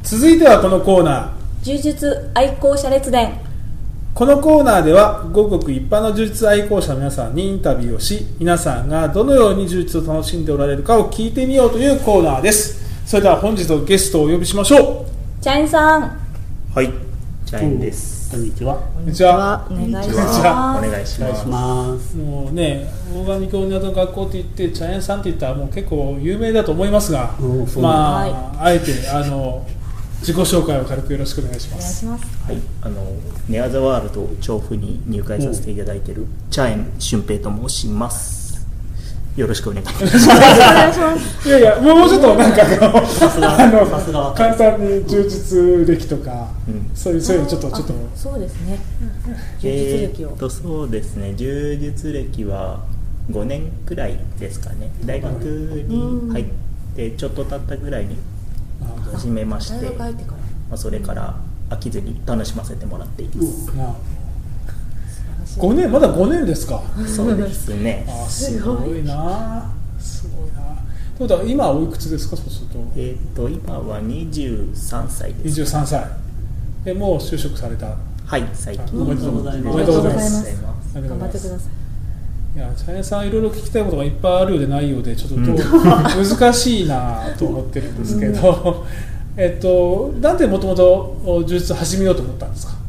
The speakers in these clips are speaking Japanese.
続いてはこのコーナー、 柔術愛好者列伝。 このコーナーではごくごく一般の柔術愛好者の皆さんにインタビューをし、皆さんがどのように柔術を楽しんでおられるかを聞いてみようというコーナーです。それでは本日のゲストをお呼びしましょチャインさん。 はい、チャインです。 こんにちは。 う。こんにちは。 お願いしおます。 願いします。 ます。 もうね、大神教港の学校って言ってチャインさんって言ったらもう結構有名だと思いますが、まあ、あえて自己紹介を軽くよろしくお願いします。 お願いします。 はい、ネアザワールド調布に入会させていただいているチャイン俊平と申します。よろしくお願いします。 お願いします。 いやいや、もうちょっとなんかさすが簡単に柔術歴とか、そういうちょっとそうですね。柔術歴を。 そうですね。柔術歴は5年くらいですかね。大学に入ってちょっと経ったぐらいに始めまして、 大学入ってから。 それから飽きずに楽しませてもらっています。 5年、まだ5年ですか。 そうですね。 すごいな。すごいな。ということは今はおいくつですか。そうすると。 今は23歳です。 23歳でもう就職された。 はい、最近。 おめでとうございます。 おめでとうございます。 頑頑張ってください。 いや、チャインさんいろいろ聞きたいことがいっぱいあるようでないようでちょっと難しいなと思ってるんですけど、なんでもともと柔術始めようと思ったんですか。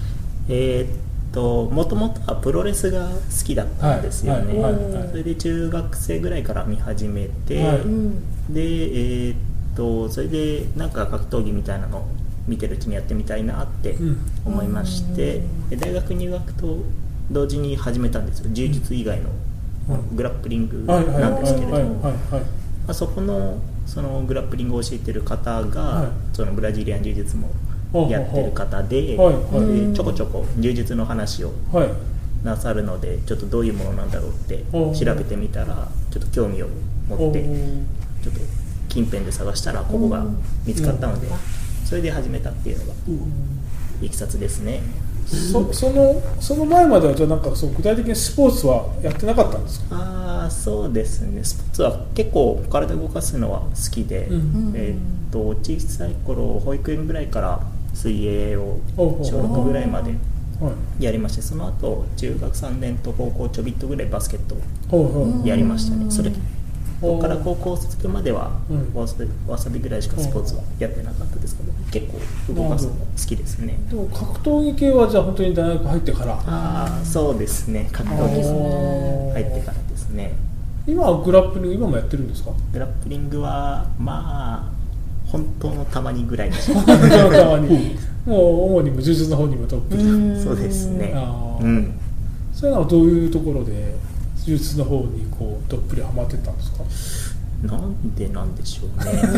もともとはプロレスが好きだったんですよね。それで中学生ぐらいから見始めて、で、それでなんか格闘技みたいなのを見てるうちにやってみたいなって思いまして、大学入学と同時に始めたんですよ。柔術以外のグラップリングなんですけれども、そこのそのグラップリングを教えてる方が、そのブラジリアン柔術もやってる方で、ちょこちょこ柔術の話をなさるので、ちょっとどういうものなんだろうって調べてみたらちょっと興味を持って、ちょっと近辺で探したらここが見つかったので、それで始めたっていうのがいきさつですね。 その前まではじゃあなんか具体的にスポーツはやってなかったんですか。 そうですね。スポーツは結構体動かすのは好きで、小さい頃保育園ぐらいから水泳を小6ぐらいまでやりまして、その後中学3年と高校ちょびっとぐらいバスケットをやりましたね。ここから高校卒業まではわさびぐらいしかスポーツはやってなかったですけど、結構動かすの好きですね。 でも格闘技系はじゃあ本当に大学入ってから。 そうですね。格闘技入ってからですね。 今はグラップリング今もやってるんですか。 グラップリングはまあ本当のたまにぐらいに本当のたまにもう主に柔術の方にもどっぷり。 そうですね。 それはどういうところで柔術の方にどっぷりハマってったんですか。 なんでなんでしょうね。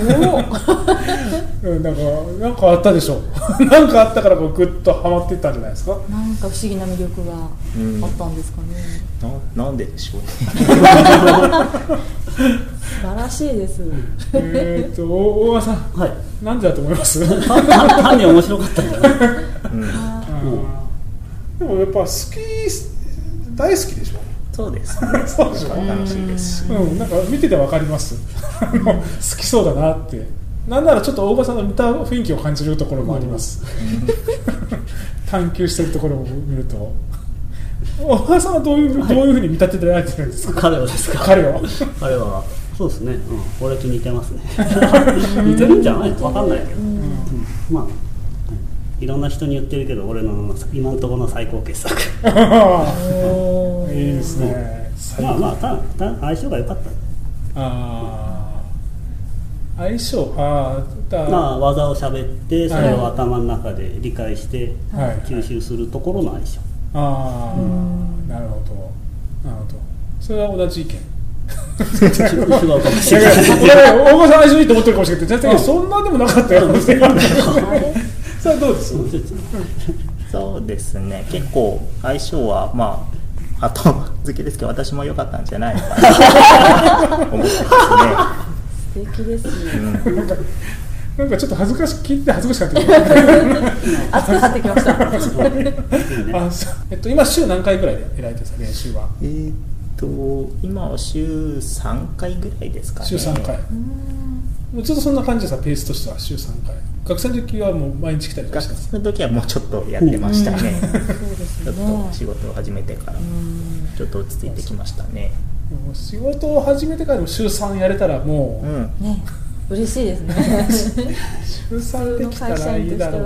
なんかあったでしょう。なんかあったからグッとハマっていったんじゃないですか。 なんか不思議な魅力があったんですかね。 なんででしょうね。 素晴らしいです。 大川さん、なんでだと思います。 単に面白かったんじゃない。 でもやっぱ大好きでしょ。 そうですね。楽しいですし、 なんか見ててわかります。好きそうだなって。なんならちょっと大場さんの似た雰囲気を感じるところもあります。探求してるところを見ると、大場さんはどういうふうに見立ててられてるんですか。 彼はですか。 彼はそうですね。俺と似てますね。似てるんじゃない？わかんないけど。まあ。いろんな人に言ってるけど、俺の今のところの最高傑作。 いいですね。 まあ相性が良かった。 相性。 技を喋ってそれを頭の中で理解して吸収するところの相性。 なるほど。それは同じ意見。 違うかもしれない。 大川さん相性いいと思ってるかもしれないけど、そんなでもなかったよ。それはどうです。 そうですね。結構相性は後付けですけど、私も良かったんじゃないのかなと思ってますね。 素敵です。 なんかちょっと聞いて恥ずかしかった。 熱くなってきました。 今週何回ぐらいでやられてるんですか、練習は。 今は週3回ぐらいですかね。 週3回。もうちょっとそんな感じですか、ペースとしては週3回。 学生の時はもう毎日来たりとか学して生の時はもうちょっとやってましたね、 そうですちょっねと仕事を始めてからちょっと落ち着いてきましたね。 でも仕事を始めてからでも週3やれたらもう、 ね嬉しいですね週3できたらいいだろう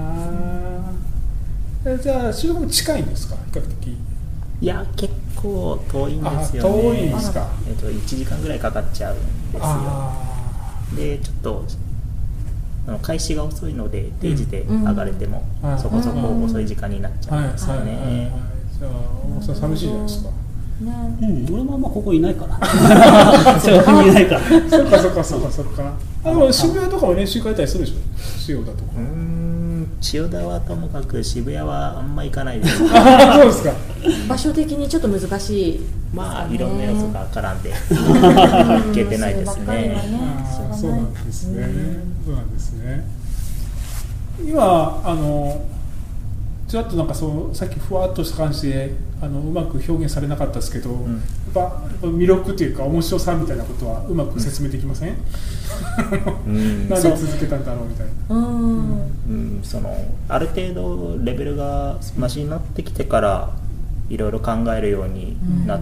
な。じゃあ収録近いんですか、比較的。 いや結構遠いんですよね。 遠いんですか。 1時間ぐらいかかっちゃうんですよ。でちょっと開始が遅いので定時で上がれてもそこそこ遅い時間になっちゃうんですよね。 じゃあ大沢寂しいじゃないですか。 俺もあんまここいないからそこにいないからそっかそっかそっかそっか。でも渋谷とかも練習会えたりするでしょ、千代田とか。 千代田はともかく渋谷はあんま行かないです。 そうですか。 場所的にちょっと難しい、 まあいろんな要素が絡んで行けてないですね。 そうなんですね。そうなんですね。今ちらっとなんかさっきふわっとした感じでうまく表現されなかったですけど、やっぱ魅力というか面白さみたいなことはうまく説明できません？なんで続けたんだろうみたいな。 ある程度レベルがマシになってきてからいろいろ考えるようになって、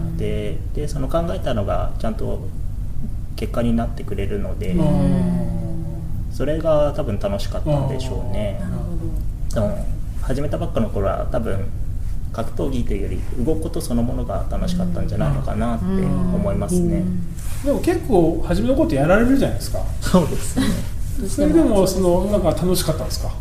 でその考えたのがちゃんと結果になってくれるので、それが多分楽しかったんでしょうね。始めたばっかの頃は多分格闘技というより動くことそのものが楽しかったんじゃないのかなって思いますね。 でも結構初めのことやられるじゃないですか。 そうですね。 それでもなんか楽しかったんですか？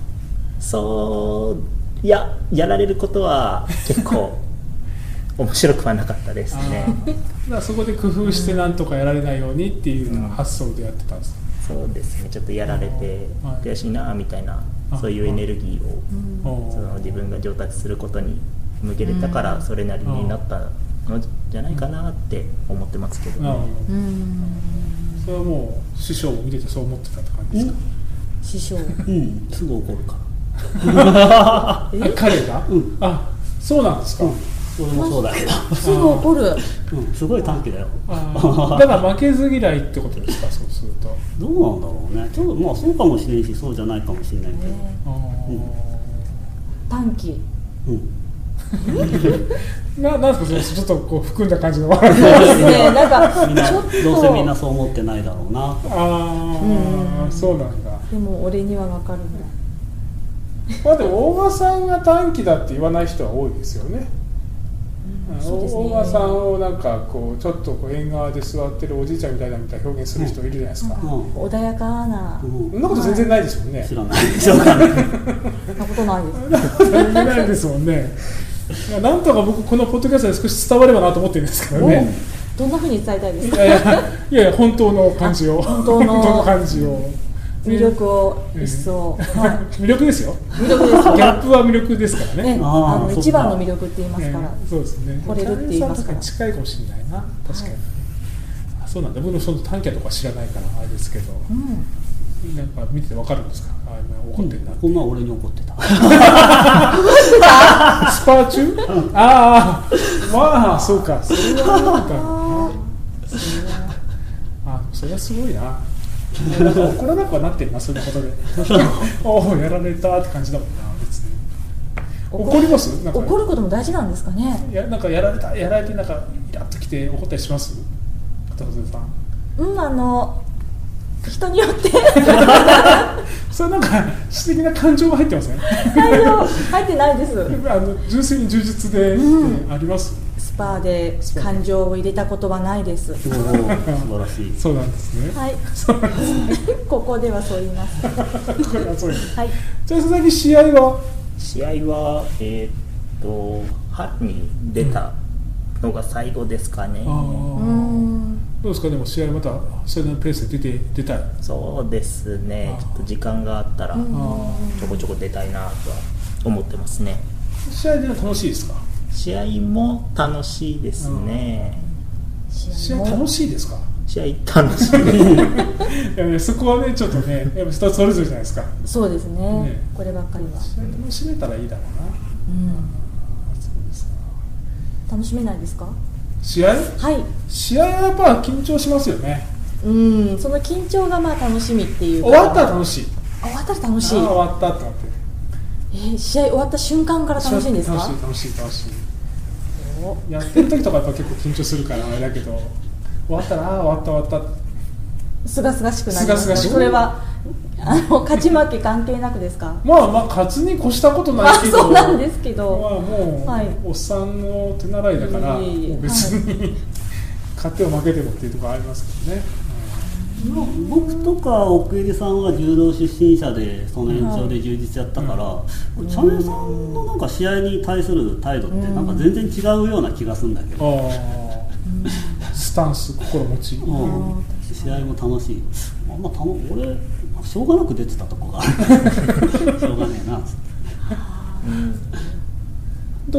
いやられることは結構面白くはなかったですね。 だからそこで工夫してなんとかやられないようにっていう発想でやってたんですか？ そうですね。ちょっとやられて悔しいなみたいなそういうエネルギーを自分が上達することに向けれたからそれなりになったのじゃないかなって思ってますけどね。 それはもう師匠を見ててそう思ってたって感じですか？ 師匠すぐ怒るから彼が？あ、そうなんですか。 俺もそうだけどすぐ怒る。 すごい短気だよ。 だから負けず嫌いってことですか？そうするとどうなんだろうね。ちょっとまあそうかもしれんしそうじゃないかもしれないけど、 短気。 なんですか、ちょっとこう含んだ感じのそうですね。なんかどうせみんなそう思ってないだろうな。 そうなんだ。 でも俺にはわかるんだ。 まあでも大賀さんが短気だって言わない人は多いですよね。大賀さんをなんかこうちょっとこう縁側で座ってるおじいちゃんみたいな表現する人いるじゃないですか。 穏やかな。 そんなこと全然ないですもんね。 知らないでしょうかね。 そんなことないです。 全然ないですもんね。なんとか僕このポッドキャストで少し伝わればなと思ってるんですけどね。 どんな風に伝えたいですか？ いや本当の感じを感じを魅力を一層、 魅力ですよ。 魅力です。 ギャップは魅力ですからね。 一番の魅力って言いますから。 そうですね。 惚れるって言いますから。 近いかもしれないな。確かに。そうなんだ。僕のその短気とか知らないからあれですけど。なんか見ててわかるんですか？怒ってんな。 こんな俺に怒ってた。 スパー中？まあそうか。それはなんか。それはすごいな。なんか怒らなくはなってるな、そういうことで。やられたって感じだもんな、別に。怒ります？なんか怒ることも大事なんですかね。 なんかやられてなんかイラッときて怒ったりします？片瀬さん。 人によってそれなんか私的な感情が入ってません？ 感情入ってないです。 純粋に充実で、あります？ スパーで感情を入れたことはないです。 素晴らしい。 そうなんですね。 はい。ここではそう言います。ここではそう言います。 はい。 じゃあ佐々木試合は春に出たのが最後ですかね。 どうですか？でも試合またそれのペースで出たい？ そうですね。ちょっと時間があったらちょこちょこ出たいなとは思ってますね。 試合では楽しいですか？ 試合も楽しいですね。 試合楽しいですか？ 試合楽しい。 そこはねちょっとねやっぱ人それぞれじゃないですか。 そうですね。こればっかりは。 試合楽しめたらいいだろうな。そうですか。 楽しめないですか？ 試合？ はい。 試合はやっぱ緊張しますよね。 その緊張がまあ楽しみっていうか。 終わったら楽しい。 終わったら楽しい。 終わったと思って、 試合終わった瞬間から楽しいんですか？ 楽しいやってる時とかやっぱ結構緊張するからあれだけど、終わったら終わったすがすがしくなります。それは勝ち負け関係なくですか？ まあ勝つに越したことないけど、 そうなんですけど、 まあもう、おっさんの手習いだから、もう別に、勝っても負けてもっていうところありますけどね。 僕とか奥入さんは柔道出身者でその延長で充実やったから、茶目さんのなんか試合に対する態度ってなんか全然違うような気がするんだけど、 スタンス、心持ち、 試合も楽しい。俺しょうがなく出てたとこがしょうがねえなっつって。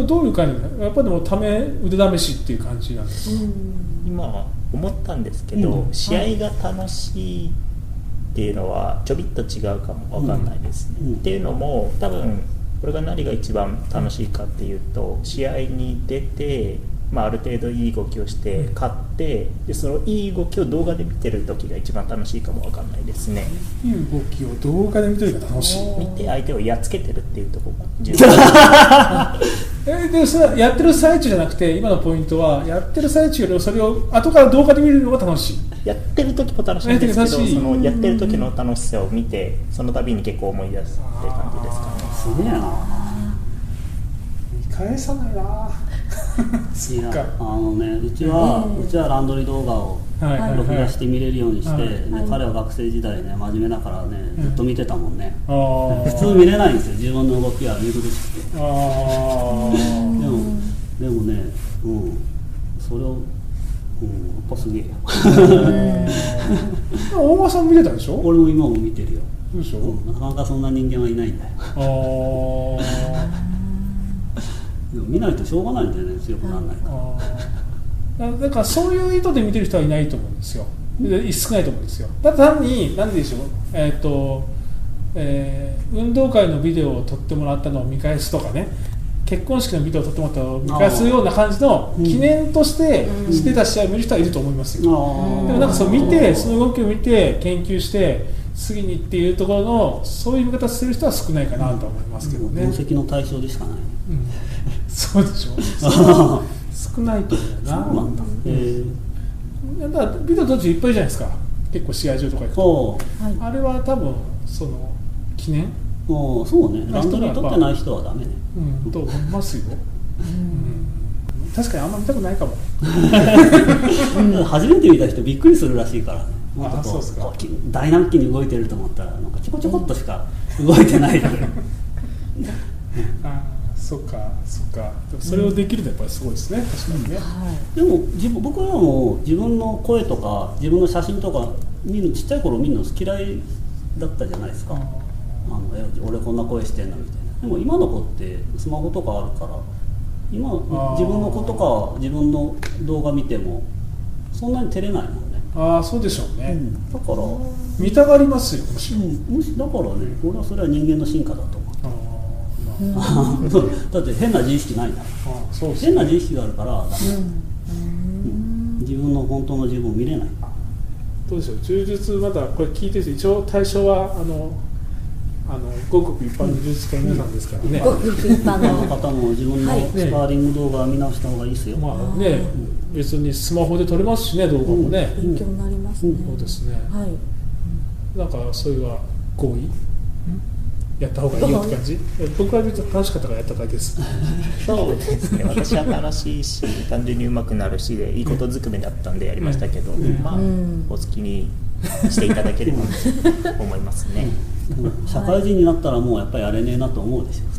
どういう感じ？やっぱりでも腕試しっていう感じなんですか？ 今思ったんですけど、試合が楽しいっていうのはちょびっと違うかもわかんないですね。っていうのも多分これが何が一番楽しいかっていうと、試合に出て、ある程度いい動きをして勝って、でそのいい動きを動画で見てる時が一番楽しいかもわかんないですね。 いい動きを動画で見てるのが楽しい。 見て相手をやっつけてるっていうところが重要でそれやってる最中じゃなくて、今のポイントはやってる最中よりもそれを後から動画で見るのが楽しい。 やってる時も楽しいんですけど、そのやってる時の楽しさを見てその度に結構思い出すって感じですかね。 すげえな。 見返さないな。 いやうちはランドリー動画を録画して見れるようにして、彼は学生時代ね真面目だからねずっと見てたもんね。普通見れないんですよ、自分の動きは見苦しくて。でもね、それをやっぱすげえよ。 大場さん見てたでしょ？ 俺も今も見てるよ。 そうでしょ？ なかなかそんな人間はいないんだよ。見ないとしょうがないんだよね、強くならないから。 だからそういう意図で見てる人はいないと思うんですよ。少ないと思うんですよ。だって単に何でしょう、運動会のビデオを撮ってもらったのを見返すとかね、結婚式のビデオを撮ってもらったのを見返すような感じの記念としてしてた試合を見る人はいると思いますよ。でもなんかそう見て、その動きを見て研究して次にっていうところのそういう見方する人は少ないかなと思いますけどね。 分析の対象でしかない。 そうでしょ。少ないと思うな。そうなんだ。だからビデオ途中いっぱいじゃないですか。結構試合場とか行くと、あれは多分その記念。 そうね。ランドリー取ってない人はダメね。 と思いますよ。確かにあんま見たくないかも。 初めて見た人びっくりするらしいからね。 そうですか。 ダイナミックに動いてると思ったらなんかちょこちょこっとしか動いてないだけ。 そっか。それをできるのはやっぱりすごいですね。確かにね。 でも僕らも自分の声とか自分の写真とかちっちゃい頃見るの嫌いだったじゃないですか。俺こんな声してんのみたいな。でも今の子ってスマホとかあるから、今自分の子とか自分の動画見てもそんなに照れないもんね。 そうでしょうね。 だから見たがりますよ。むしろ。 だからね、俺はそれは人間の進化だと思う。だって変な自意識ないんだから。変な自意識があるからダメ。自分の本当の自分を見れない。 どうでしょう。柔術まだこれ聞いてる人、一応対象はごく一般の柔術家の皆さんですからね。 ごく一般の方も自分のスパーリング動画を見直した方がいいですよ。 別にスマホで撮れますしね、動画もね。 勉強になりますね。 そうですね。なんかそれは合意？やった方がいいよって感じ？僕は楽しかったからやっただけです。 そうですね。私は楽しいし、単純に上手くなるしでいいことずくめだったんでやりましたけど、お好きにしていただければと思いますね。 社会人になったらもうやっぱりやれねえなと思うでしょ普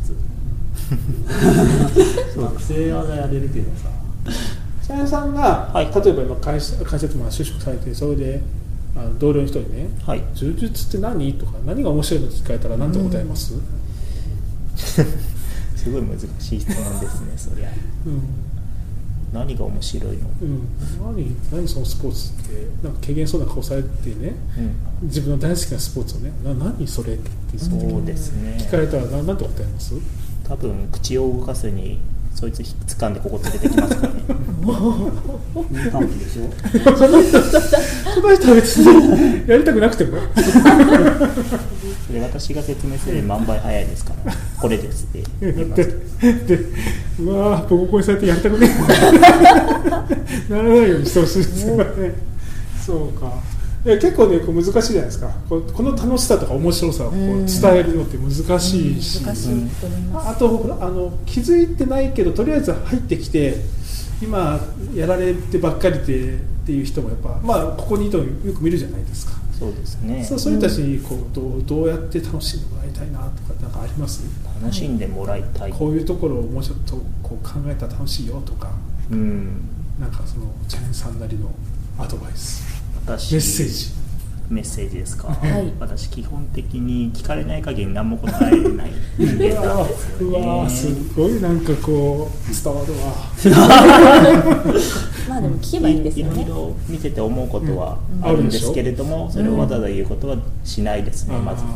通。学生はやれるけどさ。 茶屋さんが、例えば今会社で就職されて、それで同僚の人にね、柔術って何とか何が面白いのって聞かれたら何て答えます？ すごい難しい質問ですね、そりゃ。何が面白いの？何そのスポーツってなんか軽減そうな顔されてね、自分の大好きなスポーツをね、何それってそうですね。 聞かれたら何て答えます？ 多分口を動かすにそいつ掴んでここ連れてきますからね。 短期でしょ。 その人は別にやりたくなくてもそれ私が説明するより万倍早いですからこれですって言います。 でうわーボコボコにされてやりたくねならないようにしてほしいですよね。そうか。結構ねこう難しいじゃないですか。この楽しさとか面白さをこう伝えるのって難しいし、 難しいと思います。 あと気づいてないけどとりあえず入ってきて今やられてばっかりでっていう人もやっぱ、まあ、ここにいてもよく見るじゃないですか。 そうですね。 そういう人たちにこうどうやって楽しんでもらいたいなとかなんかあります？ 楽しんでもらいたい、 こういうところをもうちょっとこう考えたら楽しいよとか、なんかそのチャンさんなりのアドバイス、メッセージですか。 はい、 私基本的に聞かれない限り何も答えない人間なんですよね。 うわすごいなんかこう伝わるわ。 まあでも聞けばいいんですよね。 いろいろ見てて思うことはあるんですけれども、それをわざわざ言うことはしないですね。まず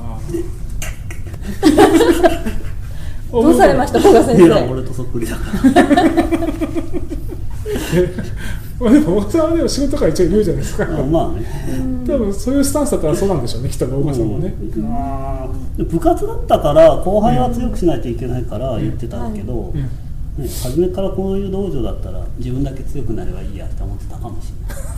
どうされました古賀先生。 いや俺とそっくりだからまあでも大川さんはでも仕事から一応言うじゃないですか。 まあね、 多分そういうスタンスだったらそうなんでしょうね、きっと大川さんもね。 部活だったから後輩は強くしないといけないから言ってたけど、初めからこういう道場だったら自分だけ強くなればいいやって思ってたかもし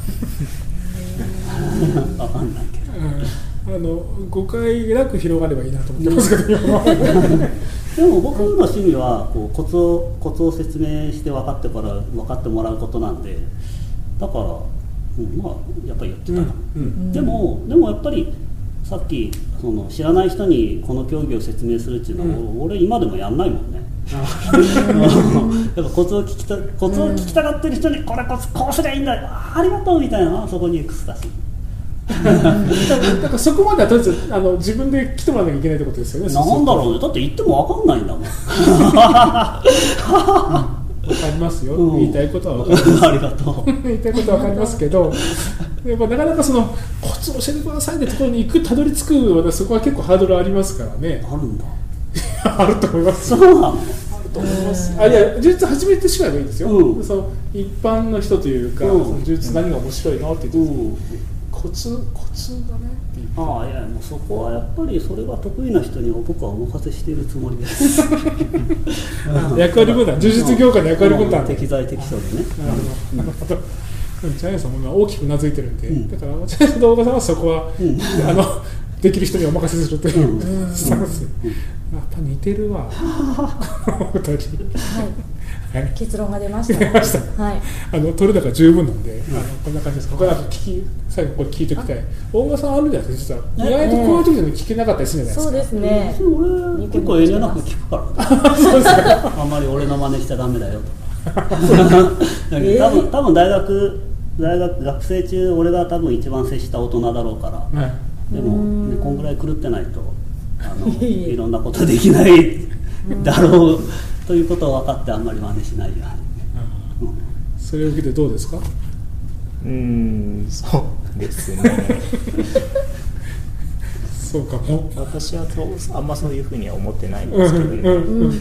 れない。分かんないけど、 誤解なく広がればいいなと思ってますけどでも僕の趣味はこうコツを説明して分かってもらうことなんで、だから、まあやっぱりやってたな、でもやっぱりさっきその知らない人にこの競技を説明するっていうのは、俺今でもやんないもんね。やっぱコツを聞きたがってる人にこれこうすりゃいいんだよ、ありがとうみたいな、そこにエクスタシー。 だからそこまではとりあえず自分で来てもらわなきゃいけないってことですよね。 なんだろうね、だって言っても分かんないんだもん。 分かりますよ、言いたいことは分かります。 ありがとう。 言いたいことは分かりますけど、やっぱなかなかそのコツを教えてくださいってところにたどり着く、そこは結構ハードルありますからね。 あるんだ。 あると思います。 そうなの。 あると思います。いや、呪術始めてしまえばいいんですよ。その一般の人というか、その呪術何が面白いのって言って、コツだねっていう。 いやもうそこはやっぱりそれが得意な人に僕はお任せしているつもりです。 役割分担、呪術業界の役割分担。 適材適所でね。 なるほど。チャイナさんも今大きくうなずいてるんで、だからチャイナさんと大川さんはそこは、できる人にお任せするというスタンス。やっぱ似てるわ。お二人。 結論が出ました。はい。 取れ高十分なんで、こんな感じです。他なんか最後これ聞いておきたい。大川さんあるじゃないですか、実は。意外とこういう時でも聞けなかったりするじゃないですか。 そうですね。 俺結構遠慮なく聞くから。そうですか。あんまり俺の真似しちゃダメだよとか。多分学生中俺が多分一番接した大人だろうから。でもこんぐらい狂ってないといろんなことできないだろうということを分かってあんまり真似しないように。 それを受けてどうですか？ そうですね。 そうかも。 私はあんまそういうふうには思ってないんですけどね。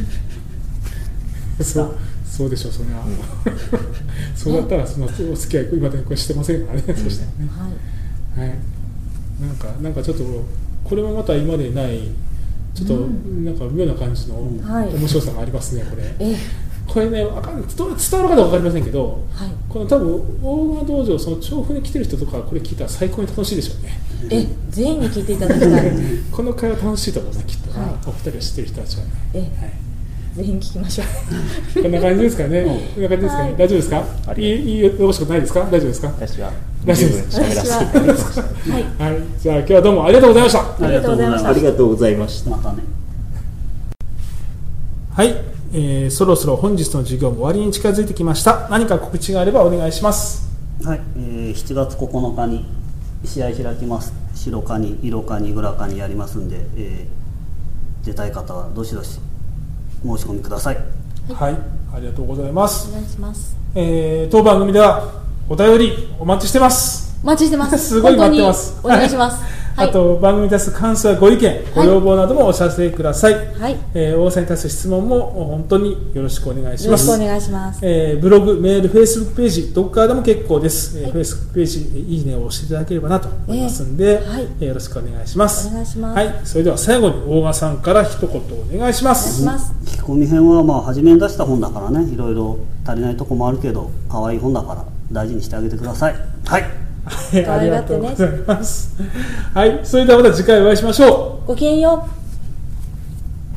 そうでしょう、それは。そうだったらそのお付き合い今でこれしてませんからね。そしたらね。はい。なんかちょっとこれもまた今までないちょっとなんか妙な感じの面白さがありますね、これ。これね、伝わるかどうか分かりませんけど、この多分大川道場、その調布に来てる人とかこれ聞いたら最高に楽しいでしょうね。 全員に聞いていただきたい。 この会話楽しいと思うね、きっと。お二人を知ってる人たちはね。 ぜひ聞きましょう。 こんな感じですかね。こんな感じですかね。大丈夫ですか？いいよろしくないですか？大丈夫ですか？ 私は十分喋らせていただきました。 はい。じゃあ今日はどうもありがとうございました。 ありがとうございました。 ありがとうございました。 またね。 はい。そろそろ本日の授業も終わりに近づいてきました。何か告知があればお願いします。 はい。7月9日に試合開きます。白カニ、色カニ、グラカニやりますんで、出たい方はどしどし申し込みください。 はい、ありがとうございます。 お願いします。 当番組ではお便りお待ちしてます。 お待ちしてます。 すごい待ってます。 お願いします。 あと番組に対する感想やご意見、ご要望などもお知らせください。はい、大賀さんに対する質問も本当によろしくお願いします。 よろしくお願いします。 ブログ、メール、フェイスブックページ、どこからでも結構です。フェイスブックページいいねを押していただければなと思いますので、よろしくお願いします。 お願いします。 はい、それでは最後に大賀さんから一言お願いします。 聞き込み編は初めに出した本だからね、いろいろ足りないとこもあるけど可愛い本だから大事にしてあげてください。はい、 ありがとうございます。はい、それではまた次回お会いしましょう。 ごきげんよう。